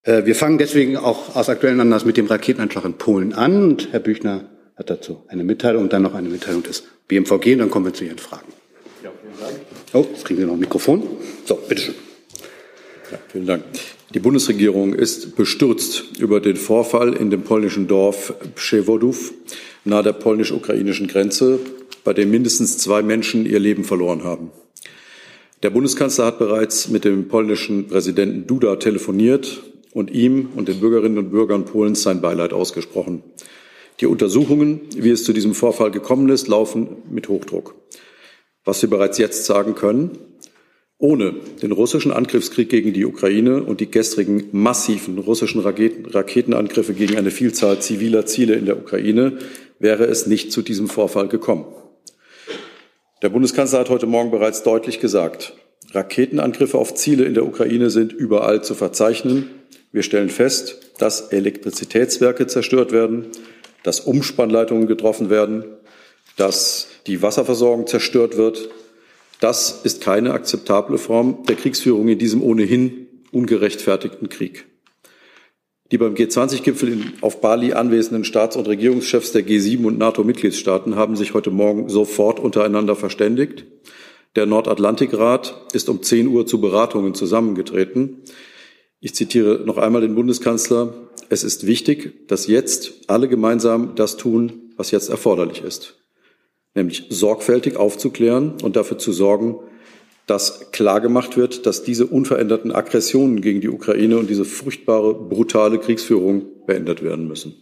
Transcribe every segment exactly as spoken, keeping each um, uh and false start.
Äh, wir fangen deswegen auch aus aktuellem Anlass mit dem Raketenanschlag in Polen an. Und Herr Büchner hat dazu eine Mitteilung und dann noch eine Mitteilung des B M V G. Und dann kommen wir zu Ihren Fragen. Ja, vielen Dank. Oh, jetzt kriegen wir noch ein Mikrofon. So, bitteschön. Ja, vielen Dank. Die Bundesregierung ist bestürzt über den Vorfall in dem polnischen Dorf Przewodów nahe der polnisch-ukrainischen Grenze, bei dem mindestens zwei Menschen ihr Leben verloren haben. Der Bundeskanzler hat bereits mit dem polnischen Präsidenten Duda telefoniert und ihm und den Bürgerinnen und Bürgern Polens sein Beileid ausgesprochen. Die Untersuchungen, wie es zu diesem Vorfall gekommen ist, laufen mit Hochdruck. Was wir bereits jetzt sagen können: Ohne den russischen Angriffskrieg gegen die Ukraine und die gestrigen massiven russischen Raketen, Raketenangriffe gegen eine Vielzahl ziviler Ziele in der Ukraine wäre es nicht zu diesem Vorfall gekommen. Der Bundeskanzler hat heute Morgen bereits deutlich gesagt, Raketenangriffe auf Ziele in der Ukraine sind überall zu verzeichnen. Wir stellen fest, dass Elektrizitätswerke zerstört werden, dass Umspannleitungen getroffen werden, dass die Wasserversorgung zerstört wird. Das ist keine akzeptable Form der Kriegsführung in diesem ohnehin ungerechtfertigten Krieg. Die beim G zwanzig Gipfel auf Bali anwesenden Staats- und Regierungschefs der G sieben und NATO-Mitgliedstaaten haben sich heute Morgen sofort untereinander verständigt. Der Nordatlantikrat ist um zehn Uhr zu Beratungen zusammengetreten. Ich zitiere noch einmal den Bundeskanzler: Es ist wichtig, dass jetzt alle gemeinsam das tun, was jetzt erforderlich ist, nämlich sorgfältig aufzuklären und dafür zu sorgen, dass klargemacht wird, dass diese unveränderten Aggressionen gegen die Ukraine und diese furchtbare, brutale Kriegsführung beendet werden müssen.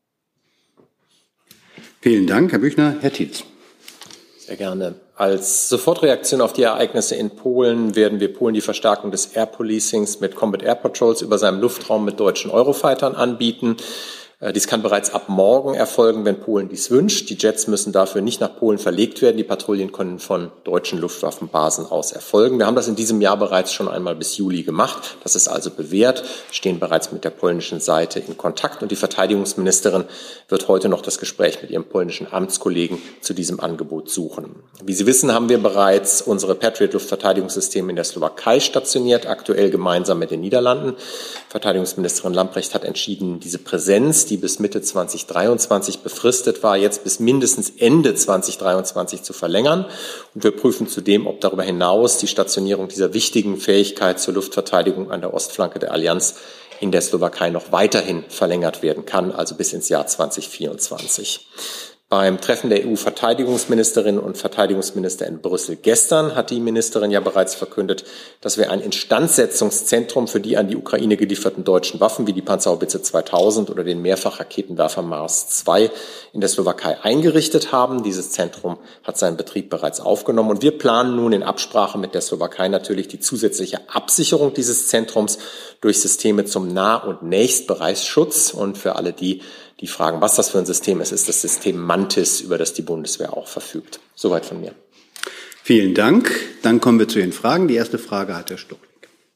Vielen Dank, Herr Büchner. Herr Tietz. Sehr gerne. Als Sofortreaktion auf die Ereignisse in Polen werden wir Polen die Verstärkung des Air Policings mit Combat Air Patrols über seinem Luftraum mit deutschen Eurofightern anbieten. Dies kann bereits ab morgen erfolgen, wenn Polen dies wünscht. Die Jets müssen dafür nicht nach Polen verlegt werden. Die Patrouillen können von deutschen Luftwaffenbasen aus erfolgen. Wir haben das in diesem Jahr bereits schon einmal bis Juli gemacht. Das ist also bewährt, stehen bereits mit der polnischen Seite in Kontakt. Und die Verteidigungsministerin wird heute noch das Gespräch mit ihrem polnischen Amtskollegen zu diesem Angebot suchen. Wie Sie wissen, haben wir bereits unsere Patriot-Luftverteidigungssysteme in der Slowakei stationiert, aktuell gemeinsam mit den Niederlanden. Verteidigungsministerin Lambrecht hat entschieden, diese Präsenz, die bis Mitte zweitausenddreiundzwanzig befristet war, jetzt bis mindestens Ende zweitausenddreiundzwanzig zu verlängern. Und wir prüfen zudem, ob darüber hinaus die Stationierung dieser wichtigen Fähigkeit zur Luftverteidigung an der Ostflanke der Allianz in der Slowakei noch weiterhin verlängert werden kann, also bis ins Jahr zweitausendvierundzwanzig. Beim Treffen der E U-Verteidigungsministerinnen und Verteidigungsminister in Brüssel gestern hat die Ministerin ja bereits verkündet, dass wir ein Instandsetzungszentrum für die an die Ukraine gelieferten deutschen Waffen wie die Panzerhaubitze zweitausend oder den Mehrfachraketenwerfer Mars zwei in der Slowakei eingerichtet haben. Dieses Zentrum hat seinen Betrieb bereits aufgenommen und wir planen nun in Absprache mit der Slowakei natürlich die zusätzliche Absicherung dieses Zentrums durch Systeme zum Nah- und Nächstbereichsschutz. Und für alle die, die fragen, was das für ein System ist, ist das System Mantis, über das die Bundeswehr auch verfügt. Soweit von mir. Vielen Dank. Dann kommen wir zu Ihren Fragen. Die erste Frage hat Herr Stuchlik.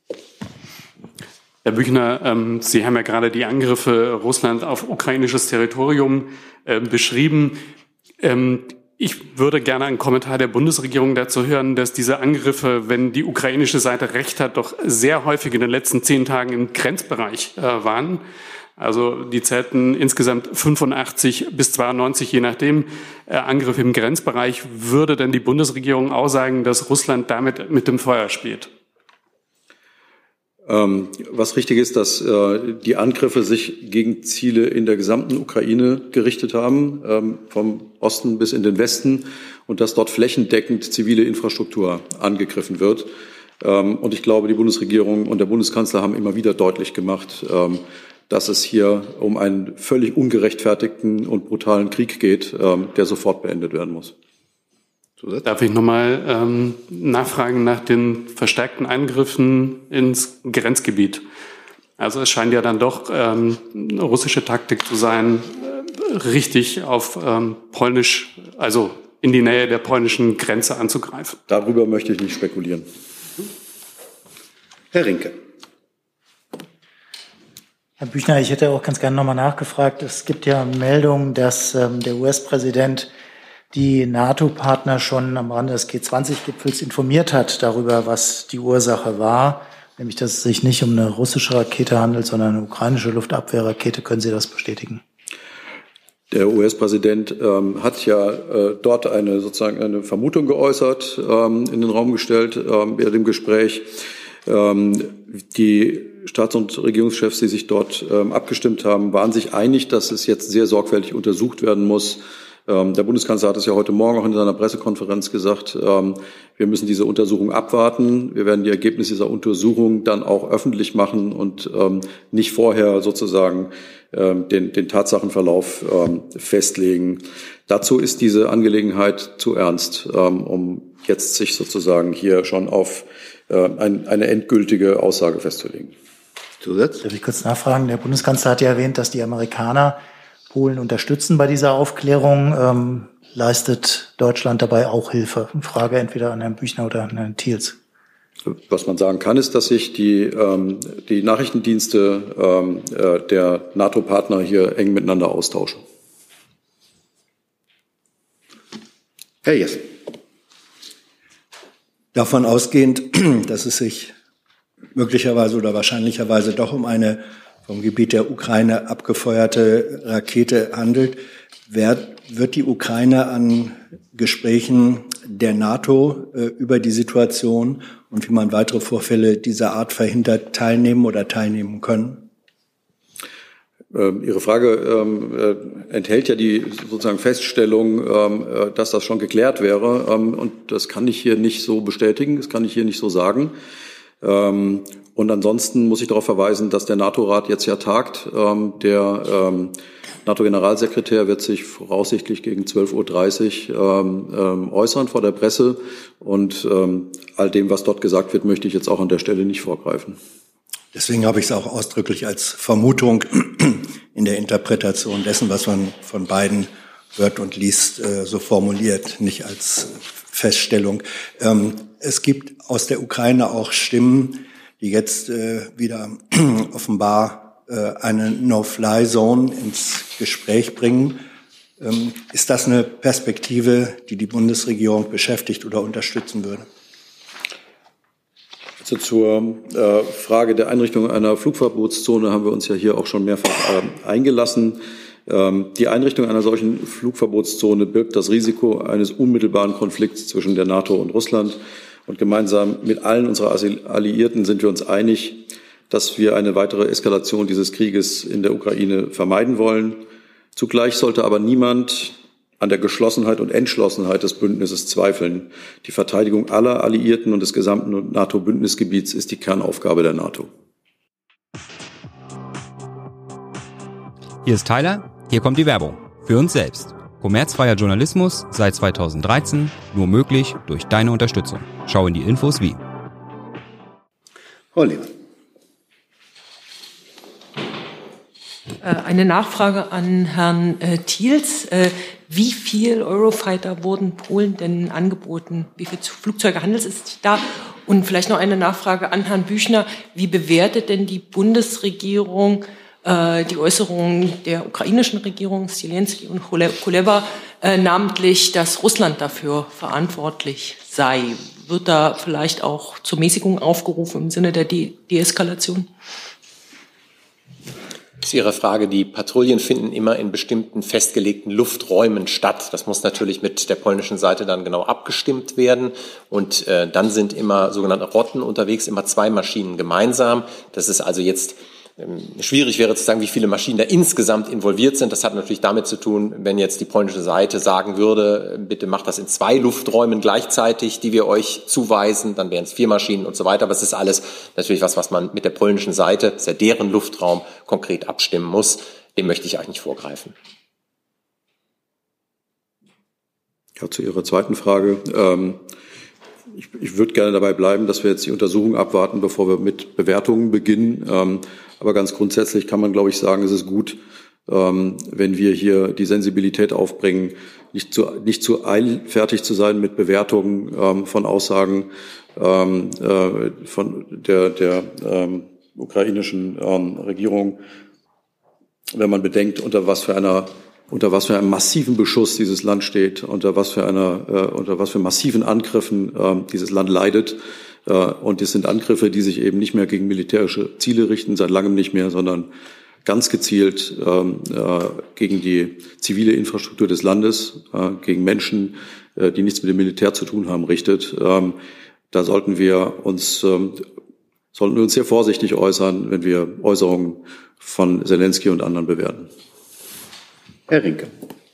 Herr Büchner, ähm, Sie haben ja gerade die Angriffe Russland auf ukrainisches Territorium äh, beschrieben. Ähm, ich würde gerne einen Kommentar der Bundesregierung dazu hören, dass diese Angriffe, wenn die ukrainische Seite recht hat, doch sehr häufig in den letzten zehn Tagen im Grenzbereich äh, waren. Also die zählten insgesamt fünfundachtzig bis zweiundneunzig, je nachdem, äh, Angriffe im Grenzbereich. Würde denn die Bundesregierung auch sagen, dass Russland damit mit dem Feuer spielt? Ähm, was richtig ist, dass äh, die Angriffe sich gegen Ziele in der gesamten Ukraine gerichtet haben, ähm, vom Osten bis in den Westen, und dass dort flächendeckend zivile Infrastruktur angegriffen wird. Ähm, und ich glaube, die Bundesregierung und der Bundeskanzler haben immer wieder deutlich gemacht, ähm, dass es hier um einen völlig ungerechtfertigten und brutalen Krieg geht, ähm, der sofort beendet werden muss. Darf ich nochmal ähm, nachfragen nach den verstärkten Eingriffen ins Grenzgebiet? Also es scheint ja dann doch ähm, eine russische Taktik zu sein, äh, richtig auf ähm, polnisch, also in die Nähe der polnischen Grenze anzugreifen. Darüber möchte ich nicht spekulieren. Herr Rinke. Herr Büchner, ich hätte auch ganz gerne nochmal nachgefragt. Es gibt ja Meldungen, dass ähm, der U S-Präsident die NATO-Partner schon am Rande des G zwanzig Gipfels informiert hat darüber, was die Ursache war nämlich dass es sich nicht um eine russische Rakete handelt, sondern eine ukrainische Luftabwehrrakete. Können Sie das bestätigen? Der U S-Präsident ähm, hat ja äh, dort eine sozusagen eine Vermutung geäußert, ähm, in den Raum gestellt ähm, bei dem Gespräch. Ähm, die Staats- und Regierungschefs, die sich dort ähm, abgestimmt haben, waren sich einig, dass es jetzt sehr sorgfältig untersucht werden muss. Ähm, der Bundeskanzler hat es ja heute Morgen auch in seiner Pressekonferenz gesagt, ähm, wir müssen diese Untersuchung abwarten. Wir werden die Ergebnisse dieser Untersuchung dann auch öffentlich machen und ähm, nicht vorher sozusagen ähm, den, den Tatsachenverlauf ähm, festlegen. Dazu ist diese Angelegenheit zu ernst, ähm, um jetzt sich sozusagen hier schon auf äh, ein, eine endgültige Aussage festzulegen. Zusatz? Darf ich kurz nachfragen? Der Bundeskanzler hat ja erwähnt, dass die Amerikaner Polen unterstützen bei dieser Aufklärung. Ähm, leistet Deutschland dabei auch Hilfe? Frage entweder an Herrn Büchner oder an Herrn Thiels. Was man sagen kann, ist, dass sich die, ähm, die Nachrichtendienste ähm, äh, der NATO-Partner hier eng miteinander austauschen. Herr Jessen. Davon ausgehend, dass es sich möglicherweise oder wahrscheinlicherweise doch um eine vom Gebiet der Ukraine abgefeuerte Rakete handelt, wird die Ukraine an Gesprächen der NATO äh, über die Situation und wie man weitere Vorfälle dieser Art verhindert, teilnehmen oder teilnehmen können? Ähm, Ihre Frage ähm, äh, enthält ja die sozusagen Feststellung, ähm, äh, dass das schon geklärt wäre. Ähm, und das kann ich hier nicht so bestätigen, das kann ich hier nicht so sagen. Ähm, und ansonsten muss ich darauf verweisen, dass der NATO-Rat jetzt ja tagt. Ähm, der ähm, NATO-Generalsekretär wird sich voraussichtlich gegen zwölf Uhr dreißig ähm, ähm, äußern vor der Presse. Und ähm, all dem, was dort gesagt wird, möchte ich jetzt auch an der Stelle nicht vorgreifen. Deswegen habe ich es auch ausdrücklich als Vermutung in der Interpretation dessen, was man von beiden hört und liest, äh, so formuliert, nicht als Feststellung. Ähm, es gibt aus der Ukraine auch Stimmen, die jetzt äh, wieder offenbar äh, eine No-Fly-Zone ins Gespräch bringen. Ähm, ist das eine Perspektive, die die Bundesregierung beschäftigt oder unterstützen würde? Also zur äh, Frage der Einrichtung einer Flugverbotszone haben wir uns ja hier auch schon mehrfach äh, eingelassen. Ähm, die Einrichtung einer solchen Flugverbotszone birgt das Risiko eines unmittelbaren Konflikts zwischen der NATO und Russland. Und gemeinsam mit allen unserer Alliierten sind wir uns einig, dass wir eine weitere Eskalation dieses Krieges in der Ukraine vermeiden wollen. Zugleich sollte aber niemand an der Geschlossenheit und Entschlossenheit des Bündnisses zweifeln. Die Verteidigung aller Alliierten und des gesamten NATO-Bündnisgebiets ist die Kernaufgabe der NATO. Hier ist Tyler, hier kommt die Werbung. Für uns selbst. Kommerzfreier Journalismus seit zweitausenddreizehn, nur möglich durch deine Unterstützung. Schau in die Infos wie. Frau Lehmann. Eine Nachfrage an Herrn äh, Thiels. Äh, wie viel Eurofighter wurden Polen denn angeboten? Wie viele Flugzeuge handelt es sich da? Und vielleicht noch eine Nachfrage an Herrn Büchner. Wie bewertet denn die Bundesregierung äh, die Äußerungen der ukrainischen Regierung, Zelensky und Kuleba, äh, namentlich, dass Russland dafür verantwortlich sei? Wird da vielleicht auch zur Mäßigung aufgerufen im Sinne der De- Deeskalation? Das ist Ihre Frage. Die Patrouillen finden immer in bestimmten festgelegten Lufträumen statt. Das muss natürlich mit der polnischen Seite dann genau abgestimmt werden. Und äh, dann sind immer sogenannte Rotten unterwegs, immer zwei Maschinen gemeinsam. Das ist also jetzt ähm, schwierig wäre zu sagen, wie viele Maschinen da insgesamt involviert sind. Das hat natürlich damit zu tun, wenn jetzt die polnische Seite sagen würde, bitte macht das in zwei Lufträumen gleichzeitig, die wir euch zuweisen, dann wären es vier Maschinen und so weiter. Aber es ist alles natürlich was, was man mit der polnischen Seite, das ist ja deren Luftraum, konkret abstimmen muss. Dem möchte ich eigentlich nicht vorgreifen. Ja, zu Ihrer zweiten Frage. Ähm, ich, ich würde gerne dabei bleiben, dass wir jetzt die Untersuchung abwarten, bevor wir mit Bewertungen beginnen. Ähm, aber ganz grundsätzlich kann man, glaube ich, sagen, es ist gut, ähm, wenn wir hier die Sensibilität aufbringen, nicht zu, nicht zu eilfertig zu sein mit Bewertungen ähm, von Aussagen ähm, äh, von der, der ähm, ukrainischen ähm, Regierung, wenn man bedenkt, unter was für einer unter was für einem massiven Beschuss dieses Land steht, unter was für einer, äh, unter was für massiven Angriffen äh, dieses Land leidet. Und das sind Angriffe, die sich eben nicht mehr gegen militärische Ziele richten, seit langem nicht mehr, sondern ganz gezielt gegen die zivile Infrastruktur des Landes, gegen Menschen, die nichts mit dem Militär zu tun haben, richtet. Da sollten wir uns, sollten wir uns sehr vorsichtig äußern, wenn wir Äußerungen von Zelensky und anderen bewerten. Herr Rinke.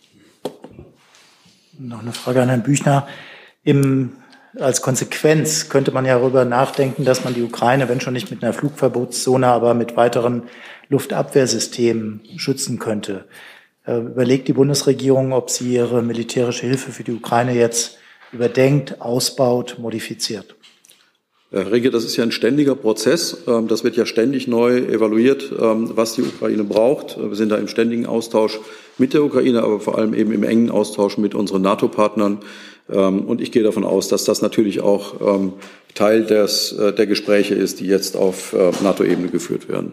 Noch eine Frage an Herrn Büchner. Im, als Konsequenz könnte man ja darüber nachdenken, dass man die Ukraine, wenn schon nicht mit einer Flugverbotszone, aber mit weiteren Luftabwehrsystemen schützen könnte. Äh, überlegt die Bundesregierung, ob sie ihre militärische Hilfe für die Ukraine jetzt überdenkt, ausbaut, modifiziert? Herr Rinke, das ist ja ein ständiger Prozess. Das wird ja ständig neu evaluiert, was die Ukraine braucht. Wir sind da im ständigen Austausch mit der Ukraine, aber vor allem eben im engen Austausch mit unseren NATO-Partnern. Und ich gehe davon aus, dass das natürlich auch Teil des, der Gespräche ist, die jetzt auf NATO-Ebene geführt werden.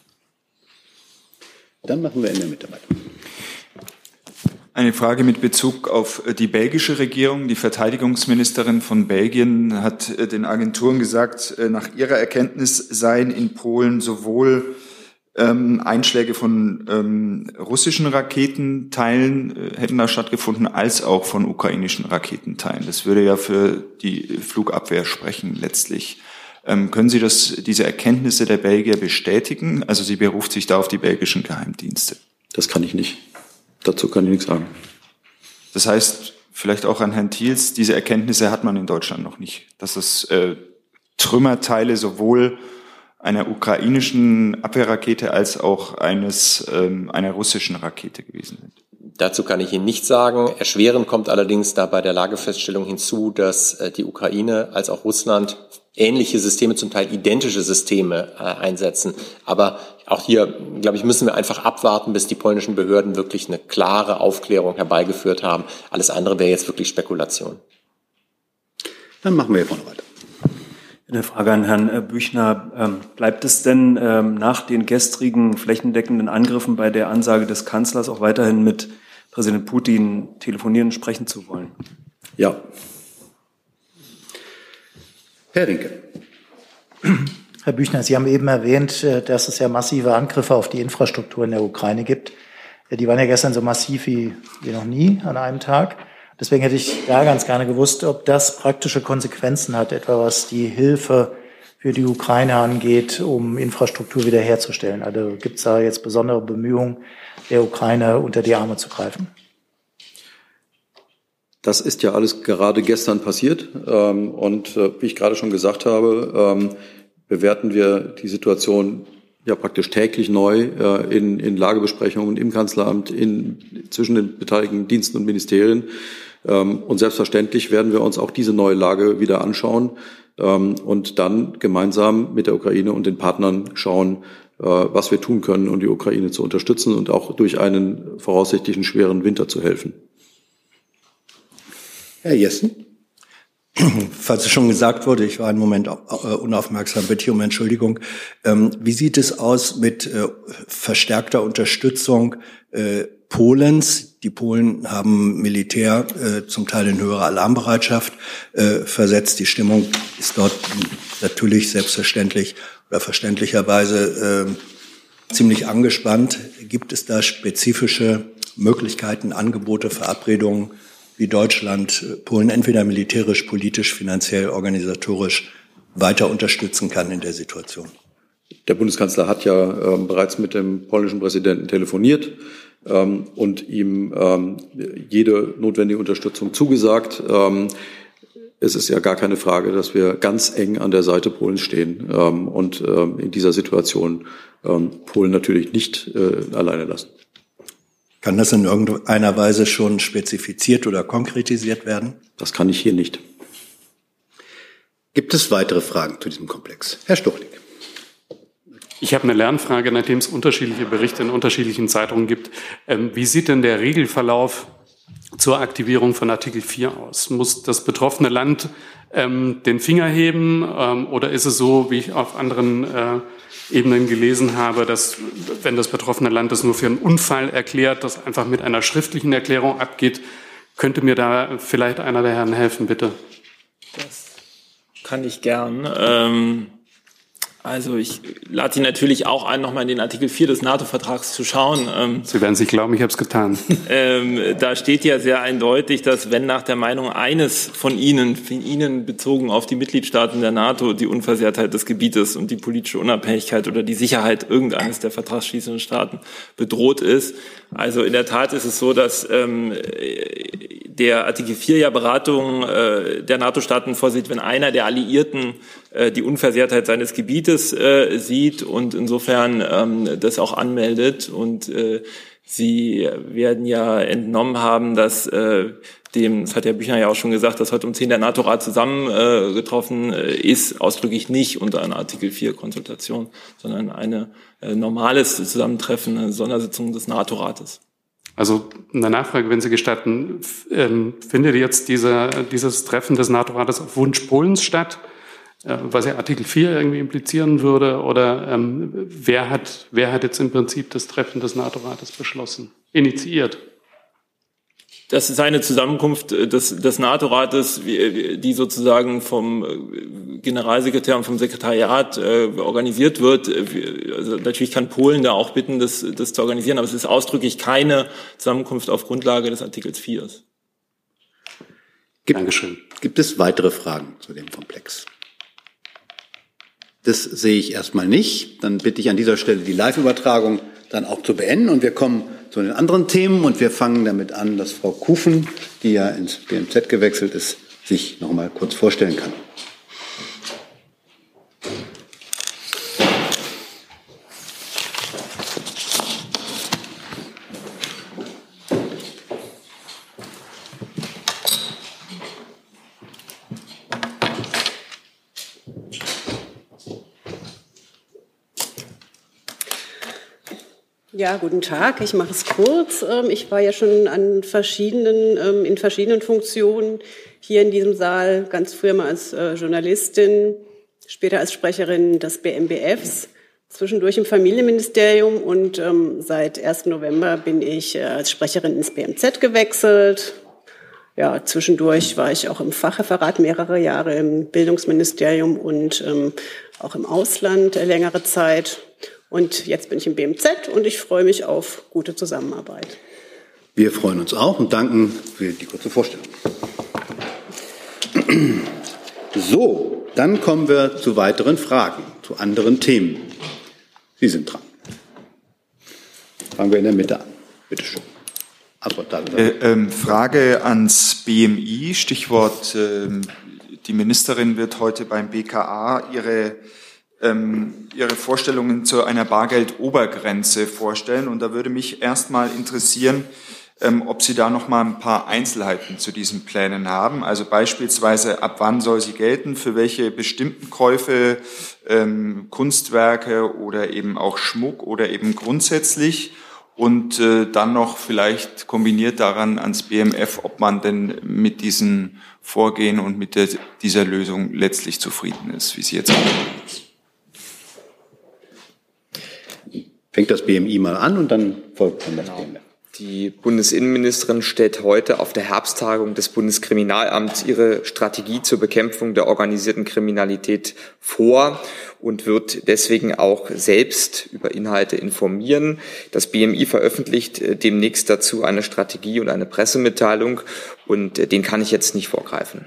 Dann machen wir in der Mitte weiter. Eine Frage mit Bezug auf die belgische Regierung. Die Verteidigungsministerin von Belgien hat den Agenturen gesagt, nach ihrer Erkenntnis seien in Polen sowohl ähm, Einschläge von ähm, russischen Raketenteilen äh, hätten da stattgefunden, als auch von ukrainischen Raketenteilen. Das würde ja für die Flugabwehr sprechen letztlich. Ähm, können Sie das, diese Erkenntnisse der Belgier bestätigen? Also sie beruft sich da auf die belgischen Geheimdienste. Das kann ich nicht. Dazu kann ich nichts sagen. Das heißt, vielleicht auch an Herrn Thiels, diese Erkenntnisse hat man in Deutschland noch nicht, dass es äh, Trümmerteile sowohl einer ukrainischen Abwehrrakete als auch eines ähm, einer russischen Rakete gewesen sind. Dazu kann ich Ihnen nichts sagen. Erschwerend kommt allerdings da bei der Lagefeststellung hinzu, dass äh, die Ukraine als auch Russland ähnliche Systeme, zum Teil identische Systeme äh, einsetzen. Aber auch hier, glaube ich, müssen wir einfach abwarten, bis die polnischen Behörden wirklich eine klare Aufklärung herbeigeführt haben. Alles andere wäre jetzt wirklich Spekulation. Dann machen wir hier vorne weiter. Eine Frage an Herrn Büchner. Ähm, bleibt es denn ähm, nach den gestrigen flächendeckenden Angriffen bei der Ansage des Kanzlers auch weiterhin mit Präsident Putin telefonieren und sprechen zu wollen? Ja. Herr Rinke. Herr Büchner, Sie haben eben erwähnt, dass es ja massive Angriffe auf die Infrastruktur in der Ukraine gibt. Die waren ja gestern so massiv wie, wie noch nie an einem Tag. Deswegen hätte ich da ganz gerne gewusst, ob das praktische Konsequenzen hat, etwa was die Hilfe für die Ukraine angeht, um Infrastruktur wiederherzustellen. Also gibt es da jetzt besondere Bemühungen, der Ukraine unter die Arme zu greifen? Das ist ja alles gerade gestern passiert. Und wie ich gerade schon gesagt habe, bewerten wir die Situation ja praktisch täglich neu in, in Lagebesprechungen im Kanzleramt, in, zwischen den beteiligten Diensten und Ministerien. Und selbstverständlich werden wir uns auch diese neue Lage wieder anschauen und dann gemeinsam mit der Ukraine und den Partnern schauen, was wir tun können, um die Ukraine zu unterstützen und auch durch einen voraussichtlichen schweren Winter zu helfen. Herr Jessen. Falls es schon gesagt wurde, ich war einen Moment unaufmerksam, bitte um Entschuldigung. Wie sieht es aus mit verstärkter Unterstützung Polens? Die Polen haben Militär zum Teil in höhere Alarmbereitschaft versetzt. Die Stimmung ist dort natürlich selbstverständlich oder verständlicherweise ziemlich angespannt. Gibt es da spezifische Möglichkeiten, Angebote, Verabredungen, wie Deutschland Polen entweder militärisch, politisch, finanziell, organisatorisch weiter unterstützen kann in der Situation? Der Bundeskanzler hat ja ähm, bereits mit dem polnischen Präsidenten telefoniert ähm, und ihm ähm, jede notwendige Unterstützung zugesagt. Ähm, es ist ja gar keine Frage, dass wir ganz eng an der Seite Polens stehen ähm, und ähm, in dieser Situation ähm, Polen natürlich nicht äh, alleine lassen. Kann das in irgendeiner Weise schon spezifiziert oder konkretisiert werden? Das kann ich hier nicht. Gibt es weitere Fragen zu diesem Komplex? Herr Stuchlik. Ich habe eine Lernfrage, nachdem es unterschiedliche Berichte in unterschiedlichen Zeitungen gibt. Ähm, wie sieht denn der Regelverlauf zur Aktivierung von Artikel vier aus? Muss das betroffene Land ähm, den Finger heben ähm, oder ist es so, wie ich auf anderen äh, Ebenen gelesen habe, dass, wenn das betroffene Land das nur für einen Unfall erklärt, das einfach mit einer schriftlichen Erklärung abgeht? Könnte mir da vielleicht einer der Herren helfen, bitte? Das kann ich gern. Ähm, also ich lade Sie natürlich auch ein, nochmal in den Artikel vier des NATO-Vertrags zu schauen. Ähm, Sie werden sich glauben, ich habe es getan. Ähm, da steht ja sehr eindeutig, dass wenn nach der Meinung eines von Ihnen, von Ihnen bezogen auf die Mitgliedstaaten der NATO, die Unversehrtheit des Gebietes und die politische Unabhängigkeit oder die Sicherheit irgendeines der vertragsschließenden Staaten bedroht ist. Also in der Tat ist es so, dass ähm, der Artikel vier ja Beratungen äh, der NATO-Staaten vorsieht, wenn einer der Alliierten äh, die Unversehrtheit seines Gebietes äh, sieht und insofern ähm, das auch anmeldet. Und äh, Sie werden ja entnommen haben, dass äh, dem, das hat Herr Büchner ja auch schon gesagt, dass heute um zehn der NATO-Rat zusammengetroffen äh, ist, ausdrücklich nicht unter einer Artikel vier Konsultation, sondern eine äh, normales Zusammentreffen, eine Sondersitzung des NATO-Rates. Also eine Nachfrage, wenn Sie gestatten, ähm, findet jetzt dieser, dieses Treffen des NATO-Rates auf Wunsch Polens statt, äh, was ja Artikel vier irgendwie implizieren würde? Oder ähm, wer hat, wer hat jetzt im Prinzip das Treffen des NATO-Rates beschlossen, initiiert? Das ist eine Zusammenkunft des, des NATO-Rates, die sozusagen vom Generalsekretär und vom Sekretariat äh, organisiert wird. Also natürlich kann Polen da auch bitten, das, das zu organisieren, aber es ist ausdrücklich keine Zusammenkunft auf Grundlage des Artikels vier. Gibt, Dankeschön. Gibt es weitere Fragen zu dem Komplex? Das sehe ich erstmal nicht. Dann bitte ich an dieser Stelle die Live-Übertragung dann auch zu beenden und wir kommen zu den anderen Themen und wir fangen damit an, dass Frau Kufen, die ja ins B M Z gewechselt ist, sich noch mal kurz vorstellen kann. Ja, guten Tag. Ich mache es kurz. Ich war ja schon an verschiedenen, in verschiedenen Funktionen hier in diesem Saal, ganz früher mal als Journalistin, später als Sprecherin des B M B Fs, zwischendurch im Familienministerium und seit ersten November bin ich als Sprecherin ins B M Z gewechselt. Ja, zwischendurch war ich auch im Fachreferat mehrere Jahre im Bildungsministerium und auch im Ausland längere Zeit. Und jetzt bin ich im B M Z und ich freue mich auf gute Zusammenarbeit. Wir freuen uns auch und danken für die kurze Vorstellung. So, dann kommen wir zu weiteren Fragen, zu anderen Themen. Sie sind dran. Fangen wir in der Mitte an. Bitte schön. Äh, ähm, Frage ans B M I, Stichwort, äh, die Ministerin wird heute beim B K A ihre Ihre Vorstellungen zu einer Bargeldobergrenze vorstellen. Und da würde mich erstmal interessieren, ob Sie da noch mal ein paar Einzelheiten zu diesen Plänen haben. Also beispielsweise, ab wann soll sie gelten, für welche bestimmten Käufe, ähm, Kunstwerke oder eben auch Schmuck oder eben grundsätzlich. Und äh, dann noch vielleicht kombiniert daran ans B M F, ob man denn mit diesem Vorgehen und mit der, dieser Lösung letztlich zufrieden ist, wie sie jetzt angekommen ist. Fängt das B M I mal an und dann folgt dann das genau. B M F. Die Bundesinnenministerin stellt heute auf der Herbsttagung des Bundeskriminalamts ihre Strategie zur Bekämpfung der organisierten Kriminalität vor und wird deswegen auch selbst über Inhalte informieren. Das B M I veröffentlicht demnächst dazu eine Strategie und eine Pressemitteilung und den kann ich jetzt nicht vorgreifen.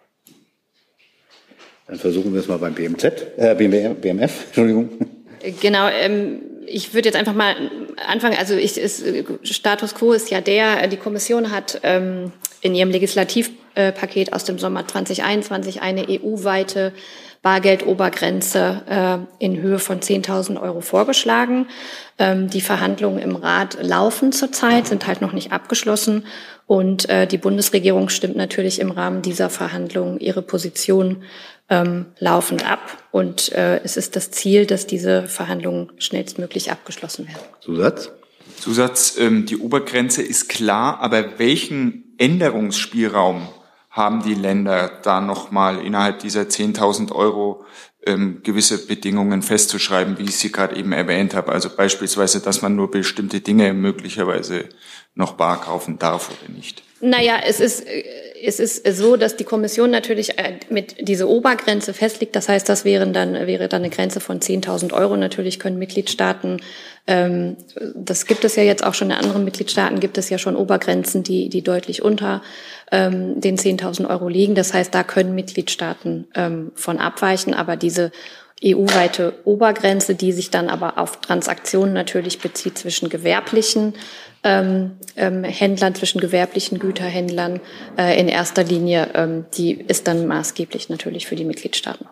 Dann versuchen wir es mal beim B M Z, äh, B M F, Entschuldigung. Genau, ähm, ich würde jetzt einfach mal anfangen. Also ich, ist, Status quo ist ja der, die Kommission hat ähm, in ihrem Legislativpaket aus dem Sommer zwanzig einundzwanzig eine E U-weite Bargeldobergrenze äh, in Höhe von zehntausend Euro vorgeschlagen. Ähm, die Verhandlungen im Rat laufen zurzeit, sind halt noch nicht abgeschlossen. Und äh, die Bundesregierung stimmt natürlich im Rahmen dieser Verhandlungen ihre Position ähm, laufend ab. Und äh, es ist das Ziel, dass diese Verhandlungen schnellstmöglich abgeschlossen werden. Zusatz? Zusatz, ähm, die Obergrenze ist klar, aber welchen Änderungsspielraum haben die Länder da nochmal innerhalb dieser zehntausend Euro ähm, gewisse Bedingungen festzuschreiben, wie ich sie gerade eben erwähnt habe? Also beispielsweise, dass man nur bestimmte Dinge möglicherweise noch bar kaufen darf oder nicht. Naja, es ist es ist so, dass die Kommission natürlich mit diese Obergrenze festlegt. Das heißt, das wären dann, wäre dann eine Grenze von zehntausend Euro. Natürlich können Mitgliedstaaten, ähm, das gibt es ja jetzt auch schon in anderen Mitgliedstaaten, gibt es ja schon Obergrenzen, die, die deutlich unter ähm, den zehntausend Euro liegen. Das heißt, da können Mitgliedstaaten ähm, von abweichen. Aber diese E U-weite Obergrenze, die sich dann aber auf Transaktionen natürlich bezieht zwischen gewerblichen ähm, ähm, Händlern, zwischen gewerblichen Güterhändlern äh, in erster Linie, ähm, die ist dann maßgeblich natürlich für die Mitgliedstaaten.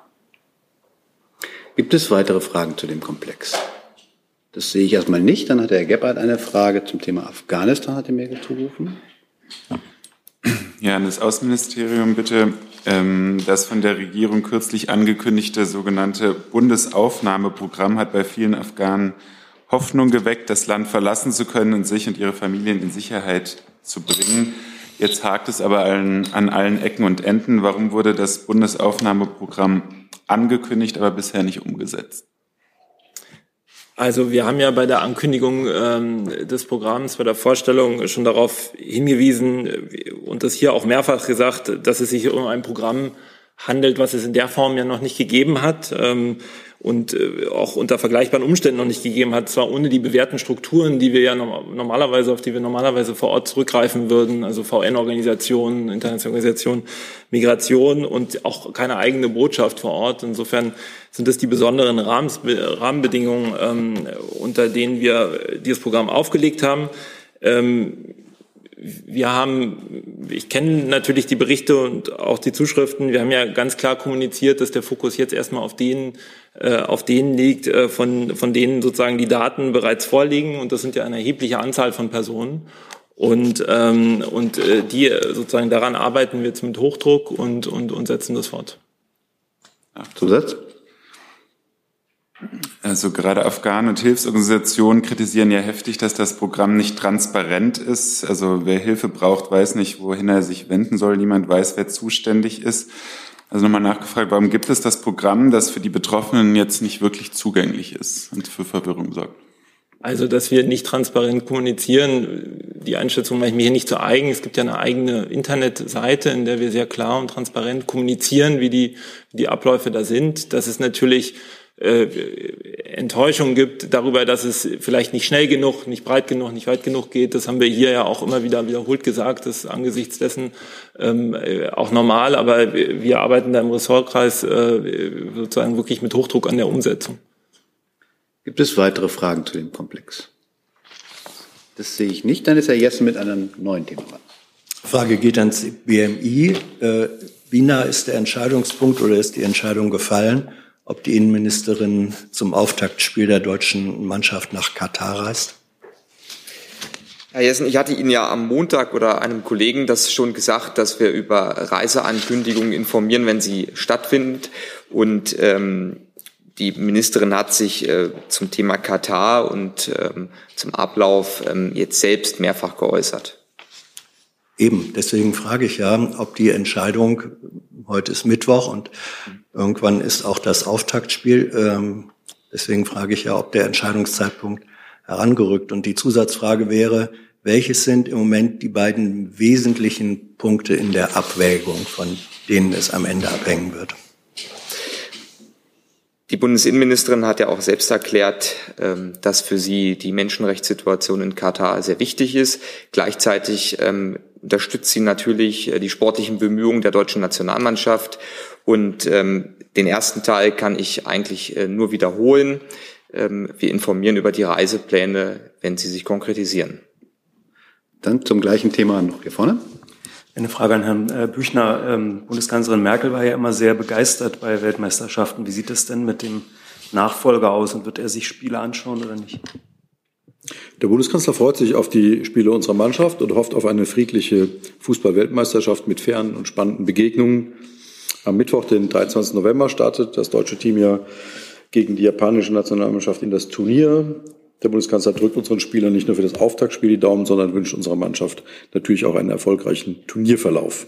Gibt es weitere Fragen zu dem Komplex? Das sehe ich erstmal nicht. Dann hat Herr Gebhardt eine Frage zum Thema Afghanistan, hat er mir zugerufen. Ja, an das Außenministerium bitte. Das von der Regierung kürzlich angekündigte sogenannte Bundesaufnahmeprogramm hat bei vielen Afghanen Hoffnung geweckt, das Land verlassen zu können und sich und ihre Familien in Sicherheit zu bringen. Jetzt hakt es aber an, an allen Ecken und Enden. Warum wurde das Bundesaufnahmeprogramm angekündigt, aber bisher nicht umgesetzt? Also wir haben ja bei der Ankündigung ähm, des Programms, bei der Vorstellung schon darauf hingewiesen und das hier auch mehrfach gesagt, dass es sich um ein Programm handelt, was es in der Form ja noch nicht gegeben hat ähm, und äh, auch unter vergleichbaren Umständen noch nicht gegeben hat, zwar ohne die bewährten Strukturen, die wir ja no- normalerweise, auf die wir normalerweise vor Ort zurückgreifen würden, also V N-Organisationen, internationale Organisationen, Migration und auch keine eigene Botschaft vor Ort. Insofern sind das die besonderen Rahmens- Rahmenbedingungen, ähm, unter denen wir dieses Programm aufgelegt haben. Ähm, Wir haben, ich kenne natürlich die Berichte und auch die Zuschriften. Wir haben ja ganz klar kommuniziert, dass der Fokus jetzt erstmal auf denen, äh, auf denen liegt, äh, von, von denen sozusagen die Daten bereits vorliegen. Und das sind ja eine erhebliche Anzahl von Personen. Und, ähm, und äh, die sozusagen daran arbeiten wir jetzt mit Hochdruck und, und, und setzen das fort. Ja, Zusatz? Also gerade Afghanen und Hilfsorganisationen kritisieren ja heftig, dass das Programm nicht transparent ist. Also wer Hilfe braucht, weiß nicht, wohin er sich wenden soll. Niemand weiß, wer zuständig ist. Also nochmal nachgefragt, warum gibt es das Programm, das für die Betroffenen jetzt nicht wirklich zugänglich ist und für Verwirrung sorgt? Also, dass wir nicht transparent kommunizieren, die Einschätzung mache ich mir hier nicht zu eigen. Es gibt ja eine eigene Internetseite, in der wir sehr klar und transparent kommunizieren, wie die, wie die Abläufe da sind. Das ist natürlich Äh, Enttäuschung gibt darüber, dass es vielleicht nicht schnell genug, nicht breit genug, nicht weit genug geht. Das haben wir hier ja auch immer wieder wiederholt gesagt. Das ist angesichts dessen ähm, auch normal. Aber wir arbeiten da im Ressortkreis äh, sozusagen wirklich mit Hochdruck an der Umsetzung. Gibt es weitere Fragen zu dem Komplex? Das sehe ich nicht. Dann ist Herr Jessen mit einem neuen Thema dran. Frage geht ans B M I. Äh, wie nah ist der Entscheidungspunkt oder ist die Entscheidung gefallen, ob die Innenministerin zum Auftaktspiel der deutschen Mannschaft nach Katar reist? Herr Jessen, ich hatte Ihnen ja am Montag oder einem Kollegen das schon gesagt, dass wir über Reiseankündigungen informieren, wenn sie stattfindet. Und ähm, die Ministerin hat sich äh, zum Thema Katar und ähm, zum Ablauf ähm, jetzt selbst mehrfach geäußert. Eben, deswegen frage ich ja, ob die Entscheidung, heute ist Mittwoch und irgendwann ist auch das Auftaktspiel, ähm, deswegen frage ich ja, ob der Entscheidungszeitpunkt herangerückt. Und die Zusatzfrage wäre, welches sind im Moment die beiden wesentlichen Punkte in der Abwägung, von denen es am Ende abhängen wird? Die Bundesinnenministerin hat ja auch selbst erklärt, dass für sie die Menschenrechtssituation in Katar sehr wichtig ist. Gleichzeitig unterstützt sie natürlich die sportlichen Bemühungen der deutschen Nationalmannschaft. Und den ersten Teil kann ich eigentlich nur wiederholen. Wir informieren über die Reisepläne, wenn sie sich konkretisieren. Dann zum gleichen Thema noch hier vorne. Eine Frage an Herrn Büchner. Ähm, Bundeskanzlerin Merkel war ja immer sehr begeistert bei Weltmeisterschaften. Wie sieht es denn mit dem Nachfolger aus und wird er sich Spiele anschauen oder nicht? Der Bundeskanzler freut sich auf die Spiele unserer Mannschaft und hofft auf eine friedliche Fußball-Weltmeisterschaft mit fairen und spannenden Begegnungen. Am Mittwoch, den dreiundzwanzigsten November, startet das deutsche Team ja gegen die japanische Nationalmannschaft in das Turnier. Der Bundeskanzler drückt unseren Spielern nicht nur für das Auftaktspiel die Daumen, sondern wünscht unserer Mannschaft natürlich auch einen erfolgreichen Turnierverlauf.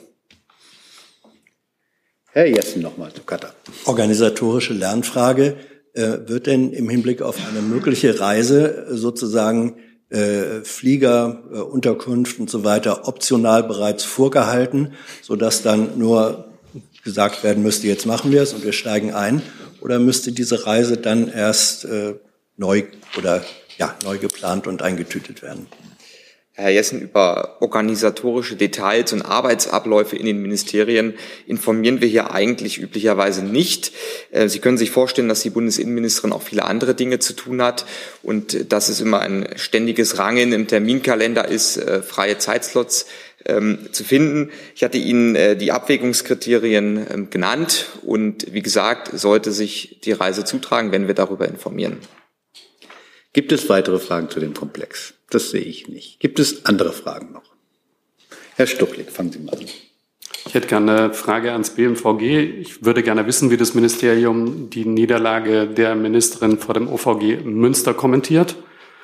Herr Jessen nochmal zu Katar. Organisatorische Lernfrage. Äh, wird denn im Hinblick auf eine mögliche Reise sozusagen äh, Flieger, äh, Unterkunft und so weiter optional bereits vorgehalten, sodass dann nur gesagt werden müsste, jetzt machen wir es und wir steigen ein? Oder müsste diese Reise dann erst äh, neu oder ja neu geplant und eingetütet werden? Herr Jessen, über organisatorische Details und Arbeitsabläufe in den Ministerien informieren wir hier eigentlich üblicherweise nicht. Sie können sich vorstellen, dass die Bundesinnenministerin auch viele andere Dinge zu tun hat und dass es immer ein ständiges Rangen im Terminkalender ist, freie Zeitslots zu finden. Ich hatte Ihnen die Abwägungskriterien genannt und wie gesagt, sollte sich die Reise zutragen, wenn wir darüber informieren. Gibt es weitere Fragen zu dem Komplex? Das sehe ich nicht. Gibt es andere Fragen noch? Herr Stuchlik, fangen Sie mal an. Ich hätte gerne eine Frage ans B M V G. Ich würde gerne wissen, wie das Ministerium die Niederlage der Ministerin vor dem O V G Münster kommentiert.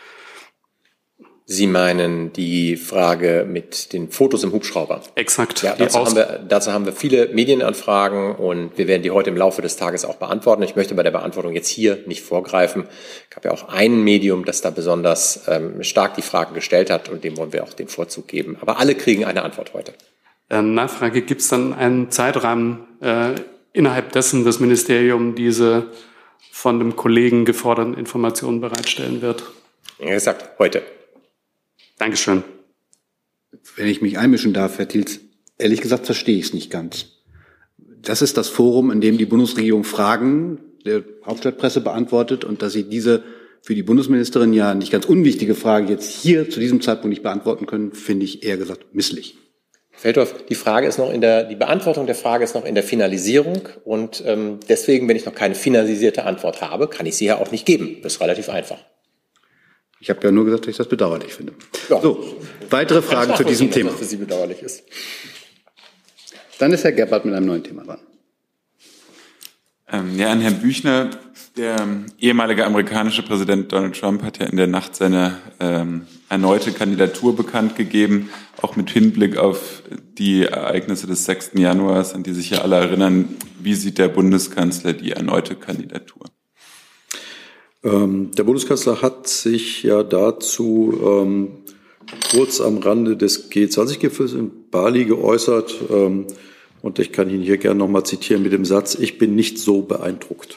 Sie meinen die Frage mit den Fotos im Hubschrauber? Exakt. Ja, dazu haben, wir, dazu haben wir viele Medienanfragen und wir werden die heute im Laufe des Tages auch beantworten. Ich möchte bei der Beantwortung jetzt hier nicht vorgreifen. Es gab ja auch ein Medium, das da besonders ähm, stark die Fragen gestellt hat und dem wollen wir auch den Vorzug geben. Aber alle kriegen eine Antwort heute. Ähm, Nachfrage, gibt es dann einen Zeitrahmen, äh, innerhalb dessen das Ministerium diese von dem Kollegen geforderten Informationen bereitstellen wird? Wie gesagt, heute. Dankeschön. Wenn ich mich einmischen darf, Herr Thiels, ehrlich gesagt verstehe ich es nicht ganz. Das ist das Forum, in dem die Bundesregierung Fragen der Hauptstadtpresse beantwortet und dass Sie diese für die Bundesministerin ja nicht ganz unwichtige Frage jetzt hier zu diesem Zeitpunkt nicht beantworten können, finde ich eher gesagt misslich. Feldhoff, die Frage ist noch in der, die Beantwortung der Frage ist noch in der Finalisierung und ähm, deswegen, wenn ich noch keine finalisierte Antwort habe, kann ich sie ja auch nicht geben. Das ist relativ einfach. Ich habe ja nur gesagt, dass ich das bedauerlich finde. Ja. So, weitere Fragen zu diesem Thema. Was für Sie bedauerlich ist. Dann ist Herr Gebhardt mit einem neuen Thema dran. Ähm, ja, an Herrn Büchner. Der ehemalige amerikanische Präsident Donald Trump hat ja in der Nacht seine ähm, erneute Kandidatur bekannt gegeben, auch mit Hinblick auf die Ereignisse des sechsten Januars, an die sich ja alle erinnern. Wie sieht der Bundeskanzler die erneute Kandidatur? Ähm, der Bundeskanzler hat sich ja dazu ähm, kurz am Rande des G zwanzig Gipfels in Bali geäußert. Ähm, und ich kann ihn hier gerne noch mal zitieren mit dem Satz, ich bin nicht so beeindruckt.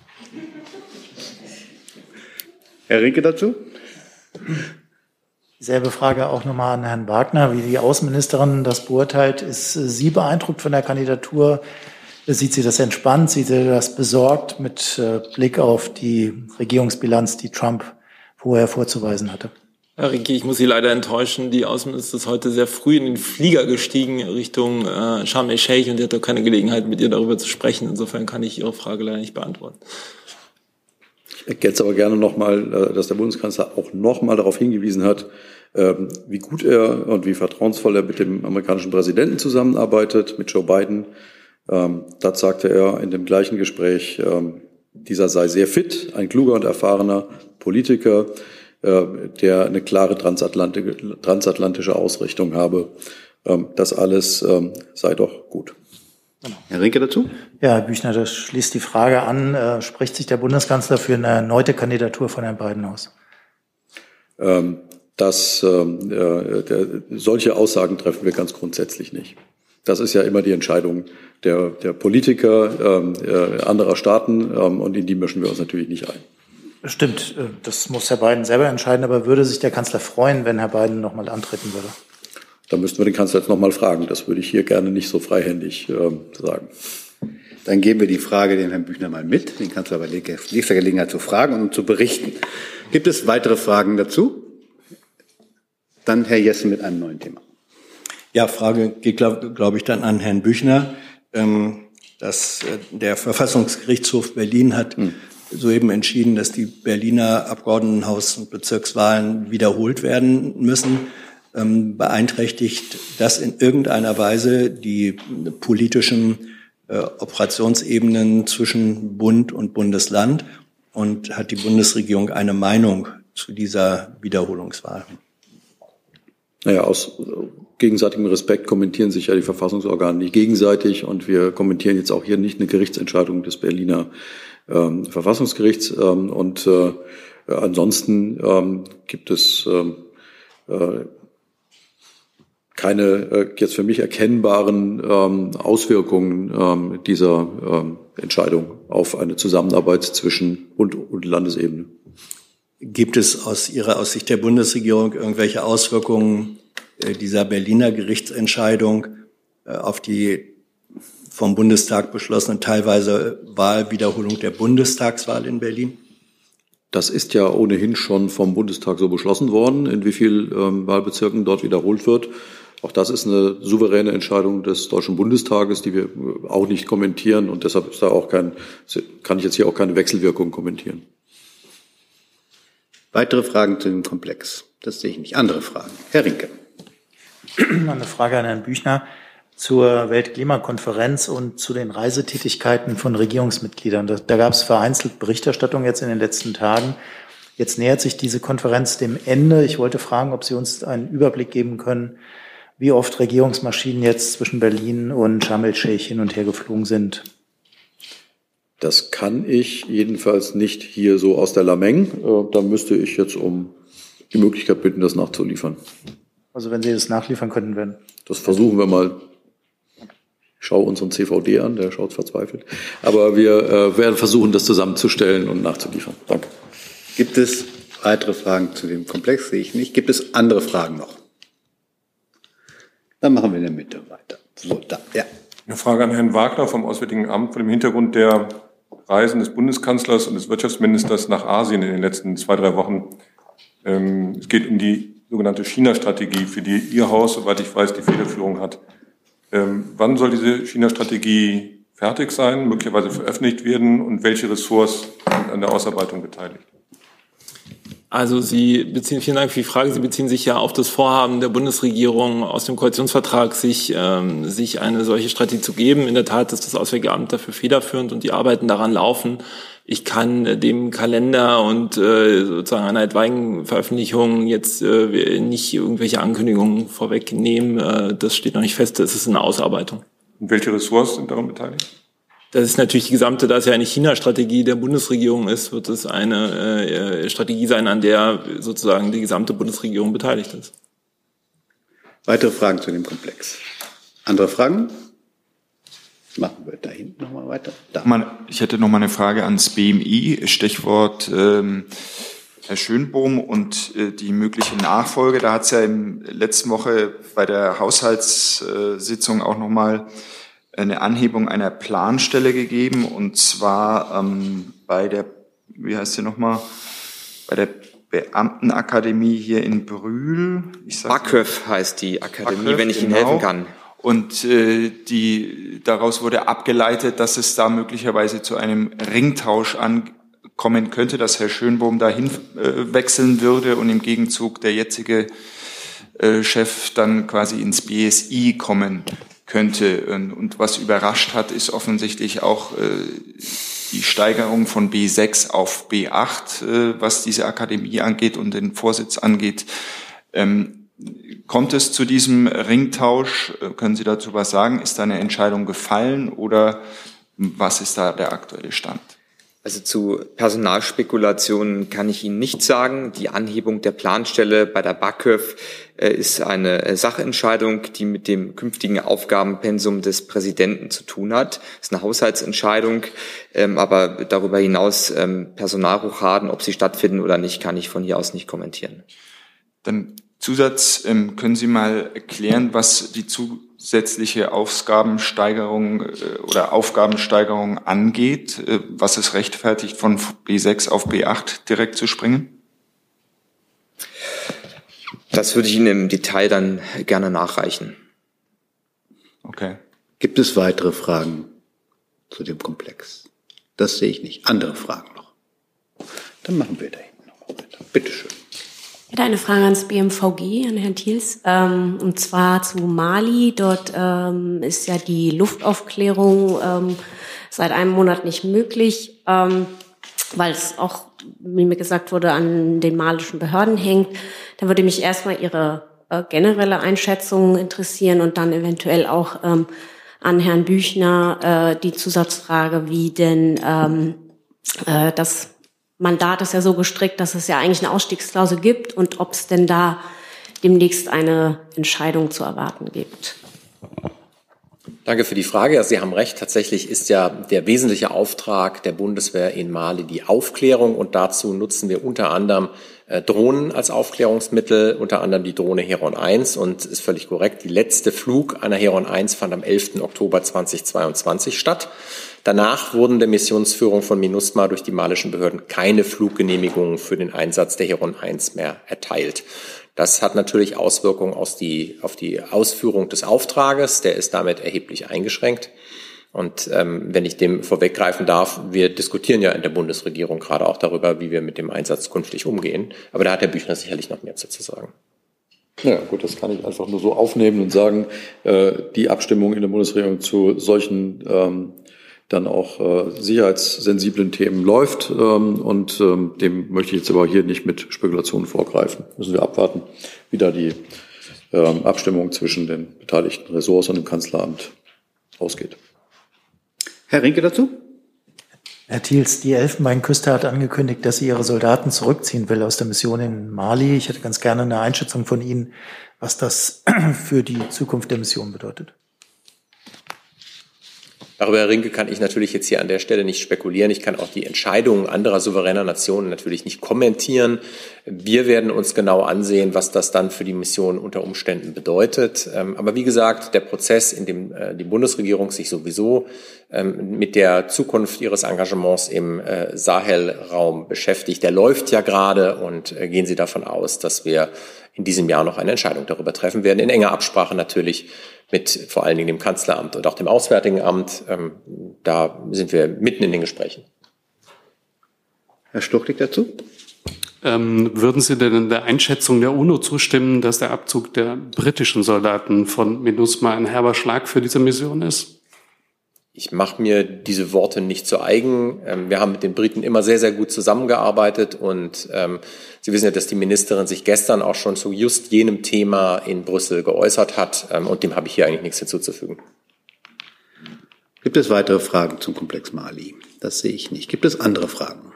Herr Rinke dazu? Dieselbe Frage auch nochmal an Herrn Wagner, wie die Außenministerin das beurteilt. Ist sie beeindruckt von der Kandidatur? Sieht sie das entspannt? Sieht sie das besorgt mit Blick auf die Regierungsbilanz, die Trump vorher vorzuweisen hatte? Herr Rinke, ich muss Sie leider enttäuschen. Die Außenministerin ist heute sehr früh in den Flieger gestiegen Richtung äh, Sharm el-Sheikh und sie hat auch keine Gelegenheit, mit ihr darüber zu sprechen. Insofern kann ich Ihre Frage leider nicht beantworten. Ich ergänze aber gerne nochmal, dass der Bundeskanzler auch nochmal darauf hingewiesen hat, wie gut er und wie vertrauensvoll er mit dem amerikanischen Präsidenten zusammenarbeitet, mit Joe Biden. Das sagte er in dem gleichen Gespräch, dieser sei sehr fit, ein kluger und erfahrener Politiker, der eine klare transatlantische Ausrichtung habe. Das alles sei doch gut. Herr Rinke dazu? Ja, Herr Büchner, das schließt die Frage an. Äh, spricht sich der Bundeskanzler für eine erneute Kandidatur von Herrn Biden aus? Ähm, das, ähm, äh, der, solche Aussagen treffen wir ganz grundsätzlich nicht. Das ist ja immer die Entscheidung der, der Politiker ähm, äh, anderer Staaten ähm, und in die mischen wir uns natürlich nicht ein. Stimmt, das muss Herr Biden selber entscheiden, aber würde sich der Kanzler freuen, wenn Herr Biden nochmal antreten würde? Da müssten wir den Kanzler jetzt noch mal fragen. Das würde ich hier gerne nicht so freihändig äh, sagen. Dann geben wir die Frage dem Herrn Büchner mal mit, den Kanzler bei nächster Gelegenheit zu fragen und um zu berichten. Gibt es weitere Fragen dazu? Dann Herr Jessen mit einem neuen Thema. Ja, Frage geht, glaube glaub ich, dann an Herrn Büchner. Ähm, dass, äh, der Verfassungsgerichtshof Berlin hat hm. soeben entschieden, dass die Berliner Abgeordnetenhaus- und Bezirkswahlen wiederholt werden müssen. Beeinträchtigt das in irgendeiner Weise die politischen äh, Operationsebenen zwischen Bund und Bundesland? Und hat die Bundesregierung eine Meinung zu dieser Wiederholungswahl? Naja, aus gegenseitigem Respekt kommentieren sich ja die Verfassungsorgane nicht gegenseitig. Und wir kommentieren jetzt auch hier nicht eine Gerichtsentscheidung des Berliner ähm, Verfassungsgerichts. Ähm, und äh, Äh, ansonsten ähm, gibt es ähm, äh, keine äh, jetzt für mich erkennbaren ähm, Auswirkungen ähm, dieser ähm, Entscheidung auf eine Zusammenarbeit zwischen Bund und Landesebene. Gibt es aus Ihrer aus Sicht der Bundesregierung irgendwelche Auswirkungen äh, dieser Berliner Gerichtsentscheidung äh, auf die vom Bundestag beschlossene teilweise Wahlwiederholung der Bundestagswahl in Berlin? Das ist ja ohnehin schon vom Bundestag so beschlossen worden, in wie viel ähm, Wahlbezirken dort wiederholt wird. Auch das ist eine souveräne Entscheidung des Deutschen Bundestages, die wir auch nicht kommentieren. Und deshalb ist da auch kein, kann ich jetzt hier auch keine Wechselwirkung kommentieren. Weitere Fragen zu dem Komplex? Das sehe ich nicht. Andere Fragen? Herr Rinke. Eine Frage an Herrn Büchner zur Weltklimakonferenz und zu den Reisetätigkeiten von Regierungsmitgliedern. Da, da gab es vereinzelt Berichterstattung jetzt in den letzten Tagen. Jetzt nähert sich diese Konferenz dem Ende. Ich wollte fragen, ob Sie uns einen Überblick geben können, wie oft Regierungsmaschinen jetzt zwischen Berlin und Sharm el-Sheikh hin und her geflogen sind. Das kann ich jedenfalls nicht hier so aus der Lameng. Da müsste ich jetzt um die Möglichkeit bitten, das nachzuliefern. Also wenn Sie das nachliefern könnten, werden. Das versuchen wir mal. Ich schaue unseren C V D an, der schaut verzweifelt. Aber wir äh, werden versuchen, das zusammenzustellen und nachzuliefern. Danke. Gibt es weitere Fragen zu dem Komplex? Sehe ich nicht. Gibt es andere Fragen noch? Dann machen wir in der Mitte weiter. So, da, ja. Eine Frage an Herrn Wagner vom Auswärtigen Amt vor dem Hintergrund der Reisen des Bundeskanzlers und des Wirtschaftsministers nach Asien in den letzten zwei, drei Wochen. Ähm, es geht um die sogenannte China-Strategie, für die Ihr Haus, soweit ich weiß, die Federführung hat. Ähm, wann soll diese China-Strategie fertig sein, möglicherweise veröffentlicht werden und welche Ressorts sind an der Ausarbeitung beteiligt? Also Sie beziehen, vielen Dank für die Frage. Sie beziehen sich ja auf das Vorhaben der Bundesregierung aus dem Koalitionsvertrag, sich, ähm, sich eine solche Strategie zu geben. In der Tat ist das Auswärtige Amt dafür federführend und die Arbeiten daran laufen. Ich kann äh, dem Kalender und äh, sozusagen einer etwaigen Veröffentlichung jetzt äh, nicht irgendwelche Ankündigungen vorwegnehmen. Äh, das steht noch nicht fest. Es ist eine Ausarbeitung. Und welche Ressorts sind daran beteiligt? Das ist natürlich die gesamte, da es ja eine China-Strategie der Bundesregierung ist, wird es eine äh, Strategie sein, an der sozusagen die gesamte Bundesregierung beteiligt ist. Weitere Fragen zu dem Komplex? Andere Fragen? Machen wir da hinten nochmal weiter. Da. Ich hätte noch mal eine Frage ans B M I, Stichwort ähm, Herr Schönbohm und äh, die mögliche Nachfolge. Da hat es ja in der letzten Woche bei der Haushaltssitzung auch noch mal eine Anhebung einer Planstelle gegeben, und zwar ähm, bei der, wie heißt sie nochmal, bei der Beamtenakademie hier in Brühl. BAKÖV heißt die Akademie, BAKÖV, wenn ich genau. Ihnen helfen kann. Und äh, die, daraus wurde abgeleitet, dass es da möglicherweise zu einem Ringtausch ankommen könnte, dass Herr Schönbohm dahin äh, wechseln würde und im Gegenzug der jetzige äh, Chef dann quasi ins B S I kommen könnte. Und was überrascht hat, ist offensichtlich auch äh, die Steigerung von B sechs auf B acht, äh, was diese Akademie angeht und den Vorsitz angeht. Ähm, kommt es zu diesem Ringtausch? Können Sie dazu was sagen? Ist da eine Entscheidung gefallen oder was ist da der aktuelle Stand? Also zu Personalspekulationen kann ich Ihnen nichts sagen. Die Anhebung der Planstelle bei der BAKÖV äh, ist eine Sachentscheidung, die mit dem künftigen Aufgabenpensum des Präsidenten zu tun hat. Das ist eine Haushaltsentscheidung, ähm, aber darüber hinaus ähm, Personalrochaden, ob sie stattfinden oder nicht, kann ich von hier aus nicht kommentieren. Dann Zusatz, ähm, können Sie mal erklären, was die zusätzliche Aufgabensteigerung äh, oder Aufgabensteigerung angeht, äh, was es rechtfertigt, von B sechs auf B acht direkt zu springen? Das würde ich Ihnen im Detail dann gerne nachreichen. Okay. Gibt es weitere Fragen zu dem Komplex? Das sehe ich nicht. Andere Fragen noch? Dann machen wir da hinten noch weiter. Bitte schön. Ich hätte eine Frage ans B M V G, an Herrn Thiels, ähm, und zwar zu Mali. Dort ähm, ist ja die Luftaufklärung ähm, seit einem Monat nicht möglich, ähm, weil es auch, wie mir gesagt wurde, an den malischen Behörden hängt. Da würde mich erstmal Ihre äh, generelle Einschätzung interessieren und dann eventuell auch ähm, an Herrn Büchner äh, die Zusatzfrage, wie denn ähm, äh, das Mandat ist ja so gestrickt, dass es ja eigentlich eine Ausstiegsklausel gibt und ob es denn da demnächst eine Entscheidung zu erwarten gibt. Danke für die Frage. Ja, Sie haben recht. Tatsächlich ist ja der wesentliche Auftrag der Bundeswehr in Mali die Aufklärung. Und dazu nutzen wir unter anderem äh, Drohnen als Aufklärungsmittel, unter anderem die Drohne Heron eins. Und ist völlig korrekt, die letzte Flug einer Heron eins fand am elften Oktober zweitausendzweiundzwanzig statt. Danach wurden der Missionsführung von MINUSMA durch die malischen Behörden keine Fluggenehmigungen für den Einsatz der Heron eins mehr erteilt. Das hat natürlich Auswirkungen aus die, auf die Ausführung des Auftrages. Der ist damit erheblich eingeschränkt. Und ähm, wenn ich dem vorweggreifen darf, wir diskutieren ja in der Bundesregierung gerade auch darüber, wie wir mit dem Einsatz künftig umgehen. Aber da hat Herr Büchner sicherlich noch mehr zu sagen. Ja gut, das kann ich einfach nur so aufnehmen und sagen, äh, die Abstimmung in der Bundesregierung zu solchen ähm, dann auch äh, sicherheitssensiblen Themen läuft. Ähm, und ähm, dem möchte ich jetzt aber hier nicht mit Spekulationen vorgreifen. Müssen wir abwarten, wie da die ähm, Abstimmung zwischen den beteiligten Ressorts und dem Kanzleramt ausgeht. Herr Rinke dazu? Herr Thiels, die Elfenbeinküste hat angekündigt, dass sie ihre Soldaten zurückziehen will aus der Mission in Mali. Ich hätte ganz gerne eine Einschätzung von Ihnen, was das für die Zukunft der Mission bedeutet. Darüber, Herr Rinke, kann ich natürlich jetzt hier an der Stelle nicht spekulieren. Ich kann auch die Entscheidungen anderer souveräner Nationen natürlich nicht kommentieren. Wir werden uns genau ansehen, was das dann für die Mission unter Umständen bedeutet. Aber wie gesagt, der Prozess, in dem die Bundesregierung sich sowieso mit der Zukunft ihres Engagements im Sahelraum beschäftigt, der läuft ja gerade, und gehen Sie davon aus, dass wir in diesem Jahr noch eine Entscheidung darüber treffen werden, in enger Absprache natürlich mit vor allen Dingen dem Kanzleramt und auch dem Auswärtigen Amt. Ähm, da sind wir mitten in den Gesprächen. Herr Stuchlik dazu? Ähm, würden Sie denn in der Einschätzung der UNO zustimmen, dass der Abzug der britischen Soldaten von MINUSMA ein herber Schlag für diese Mission ist? Ich mache mir diese Worte nicht zu eigen. Ähm, wir haben mit den Briten immer sehr, sehr gut zusammengearbeitet, und ähm, Sie wissen ja, dass die Ministerin sich gestern auch schon zu just jenem Thema in Brüssel geäußert hat, ähm, und dem habe ich hier eigentlich nichts hinzuzufügen. Gibt es weitere Fragen zum Komplex Mali? Das sehe ich nicht. Gibt es andere Fragen?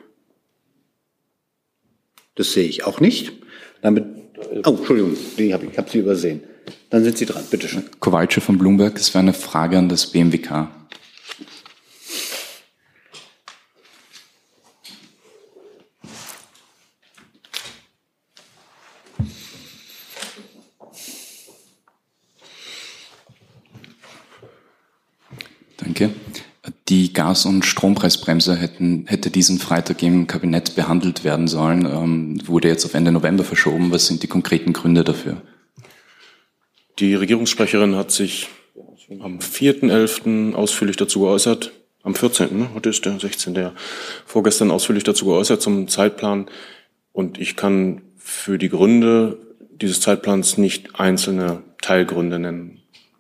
Das sehe ich auch nicht. Damit, oh, Entschuldigung, ich habe ich hab Sie übersehen. Dann sind Sie dran, bitteschön. Kowalczyk von Bloomberg, es wäre eine Frage an das B M W K. Danke. Die Gas- und Strompreisbremse hätten, hätte diesen Freitag im Kabinett behandelt werden sollen, ähm, wurde jetzt auf Ende November verschoben. Was sind die konkreten Gründe dafür? Die Regierungssprecherin hat sich am vierten elften ausführlich dazu geäußert, am vierzehnten heute ist der sechzehnte Ja, vorgestern ausführlich dazu geäußert zum Zeitplan. Und ich kann für die Gründe dieses Zeitplans nicht einzelne Teilgründe nennen.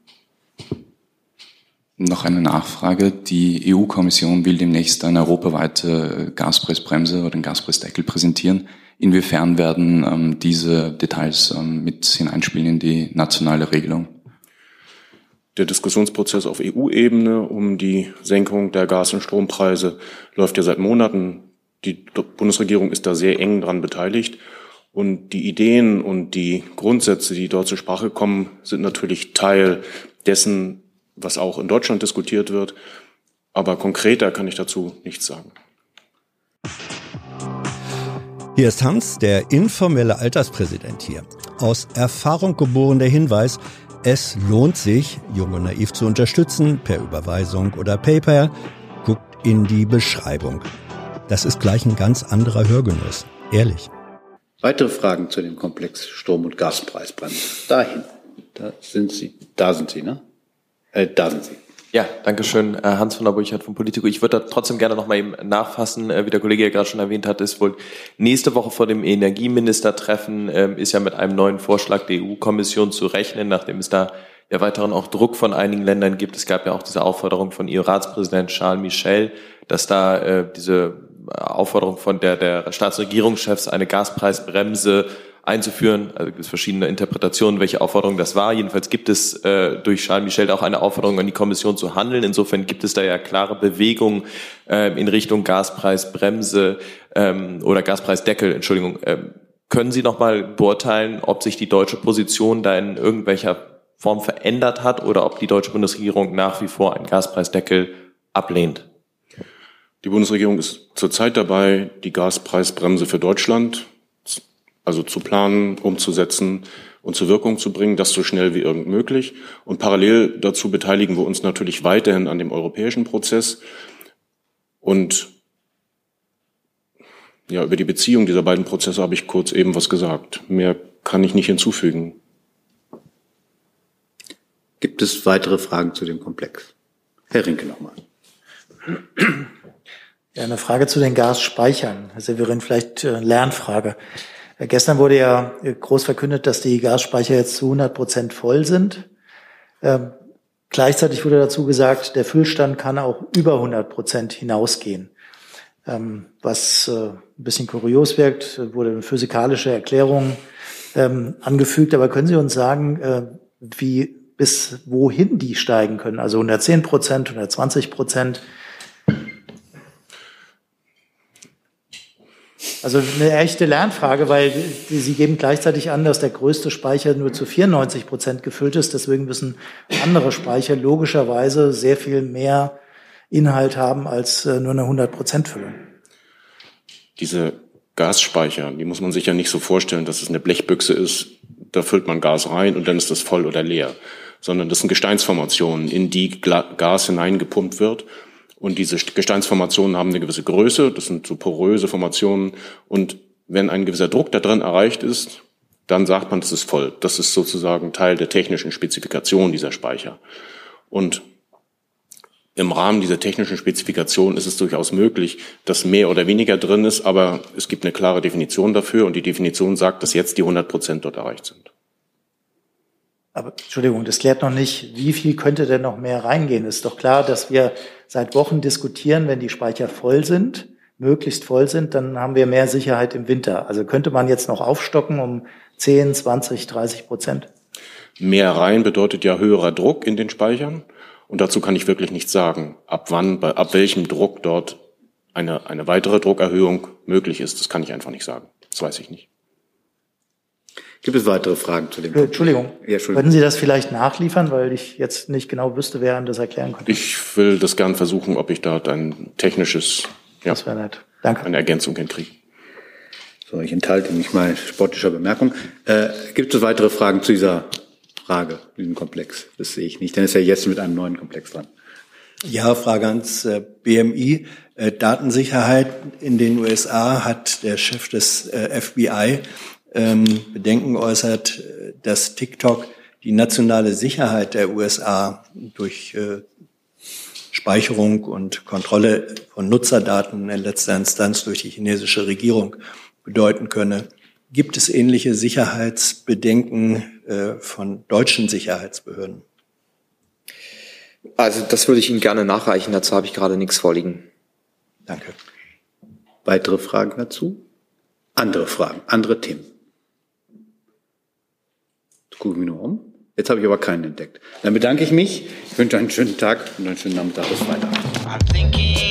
Noch eine Nachfrage. Die E U-Kommission will demnächst eine europaweite Gaspreisbremse oder einen Gaspreisdeckel präsentieren. Inwiefern werden ähm, diese Details ähm, mit hineinspielen in die nationale Regelung? Der Diskussionsprozess auf E U-Ebene um die Senkung der Gas- und Strompreise läuft ja seit Monaten. Die Bundesregierung ist da sehr eng dran beteiligt. Und die Ideen und die Grundsätze, die dort zur Sprache kommen, sind natürlich Teil dessen, was auch in Deutschland diskutiert wird. Aber konkreter kann ich dazu nichts sagen. Hier ist Hans, der informelle Alterspräsident hier. Aus Erfahrung geboren der Hinweis, es lohnt sich, Jung und Naiv zu unterstützen, per Überweisung oder PayPal. Guckt in die Beschreibung. Das ist gleich ein ganz anderer Hörgenuss. Ehrlich. Weitere Fragen zu dem Komplex Strom- und Gaspreisbremse? Dahin. Da sind Sie. Da sind Sie, ne? Äh, da sind Sie. Ja, danke schön. Hans von der Burchardt von Politico. Ich würde da trotzdem gerne noch mal eben nachfassen. Wie der Kollege ja gerade schon erwähnt hat, ist wohl nächste Woche vor dem Energieministertreffen ist ja mit einem neuen Vorschlag der E U-Kommission zu rechnen, nachdem es da ja weiteren auch Druck von einigen Ländern gibt. Es gab ja auch diese Aufforderung von E U-Ratspräsident Charles Michel, dass da äh, diese Aufforderung von der, der Staats- und Regierungschefs, eine Gaspreisbremse einzuführen. Also gibt es verschiedene Interpretationen, welche Aufforderung das war. Jedenfalls gibt es äh, durch Charles Michel auch eine Aufforderung an die Kommission zu handeln. Insofern gibt es da ja klare Bewegungen äh, in Richtung Gaspreisbremse ähm, oder Gaspreisdeckel, Entschuldigung. Ähm, können Sie noch mal beurteilen, ob sich die deutsche Position da in irgendwelcher Form verändert hat oder ob die deutsche Bundesregierung nach wie vor einen Gaspreisdeckel ablehnt? Die Bundesregierung ist zurzeit dabei, die Gaspreisbremse für Deutschland also zu planen, umzusetzen und zur Wirkung zu bringen, das so schnell wie irgend möglich. Und parallel dazu beteiligen wir uns natürlich weiterhin an dem europäischen Prozess. Und ja, über die Beziehung dieser beiden Prozesse habe ich kurz eben was gesagt. Mehr kann ich nicht hinzufügen. Gibt es weitere Fragen zu dem Komplex? Herr Rinke nochmal. Ja, eine Frage zu den Gasspeichern. Herr Severin, vielleicht eine Lernfrage. Gestern wurde ja groß verkündet, dass die Gasspeicher jetzt zu hundert Prozent voll sind. Ähm, gleichzeitig wurde dazu gesagt, der Füllstand kann auch über hundert Prozent hinausgehen. Ähm, was äh, ein bisschen kurios wirkt, wurde eine physikalische Erklärung ähm, angefügt. Aber können Sie uns sagen, äh, wie bis wohin die steigen können? Also hundertzehn Prozent, hundertzwanzig Prozent? Also eine echte Lernfrage, weil Sie geben gleichzeitig an, dass der größte Speicher nur zu vierundneunzig Prozent gefüllt ist. Deswegen müssen andere Speicher logischerweise sehr viel mehr Inhalt haben als nur eine hundert Prozent Füllung. Diese Gasspeicher, die muss man sich ja nicht so vorstellen, dass es eine Blechbüchse ist, da füllt man Gas rein und dann ist das voll oder leer. Sondern das sind Gesteinsformationen, in die Gas hineingepumpt wird. Und diese Gesteinsformationen haben eine gewisse Größe, das sind so poröse Formationen. Und wenn ein gewisser Druck da drin erreicht ist, dann sagt man, das ist voll. Das ist sozusagen Teil der technischen Spezifikation dieser Speicher. Und im Rahmen dieser technischen Spezifikation ist es durchaus möglich, dass mehr oder weniger drin ist, aber es gibt eine klare Definition dafür und die Definition sagt, dass jetzt die hundert Prozent dort erreicht sind. Aber Entschuldigung, das klärt noch nicht, wie viel könnte denn noch mehr reingehen? Ist doch klar, dass wir seit Wochen diskutieren, wenn die Speicher voll sind, möglichst voll sind, dann haben wir mehr Sicherheit im Winter. Also könnte man jetzt noch aufstocken um zehn, zwanzig, dreißig Prozent? Mehr rein bedeutet ja höherer Druck in den Speichern. Und dazu kann ich wirklich nichts sagen, ab wann, bei, ab welchem Druck dort eine, eine weitere Druckerhöhung möglich ist. Das kann ich einfach nicht sagen. Das weiß ich nicht. Gibt es weitere Fragen zu dem? Äh, Entschuldigung. Ja, Entschuldigung. Können Sie das vielleicht nachliefern, weil ich jetzt nicht genau wüsste, wer einem das erklären könnte? Ich will das gern versuchen, ob ich da ein technisches, ja, das wäre nett. Danke. Eine Ergänzung hinkriege. So, ich enthalte mich mal sportlicher Bemerkung. Äh, gibt es weitere Fragen zu dieser Frage, diesem Komplex? Das sehe ich nicht. Dann ist er jetzt mit einem neuen Komplex dran. Ja, Frage ans äh, B M I. Äh, Datensicherheit in den U S A hat der Chef des äh, F B I ähm, Bedenken äußert, dass TikTok die nationale Sicherheit der U S A durch äh, Speicherung und Kontrolle von Nutzerdaten in letzter Instanz durch die chinesische Regierung bedeuten könne. Gibt es ähnliche Sicherheitsbedenken äh, von deutschen Sicherheitsbehörden? Also das würde ich Ihnen gerne nachreichen. Dazu habe ich gerade nichts vorliegen. Danke. Weitere Fragen dazu? Andere Fragen, andere Themen? Jetzt gucke ich mich nur um. Jetzt habe ich aber keinen entdeckt. Dann bedanke ich mich. Ich wünsche einen schönen Tag und einen schönen Nachmittag. Bis Freitag.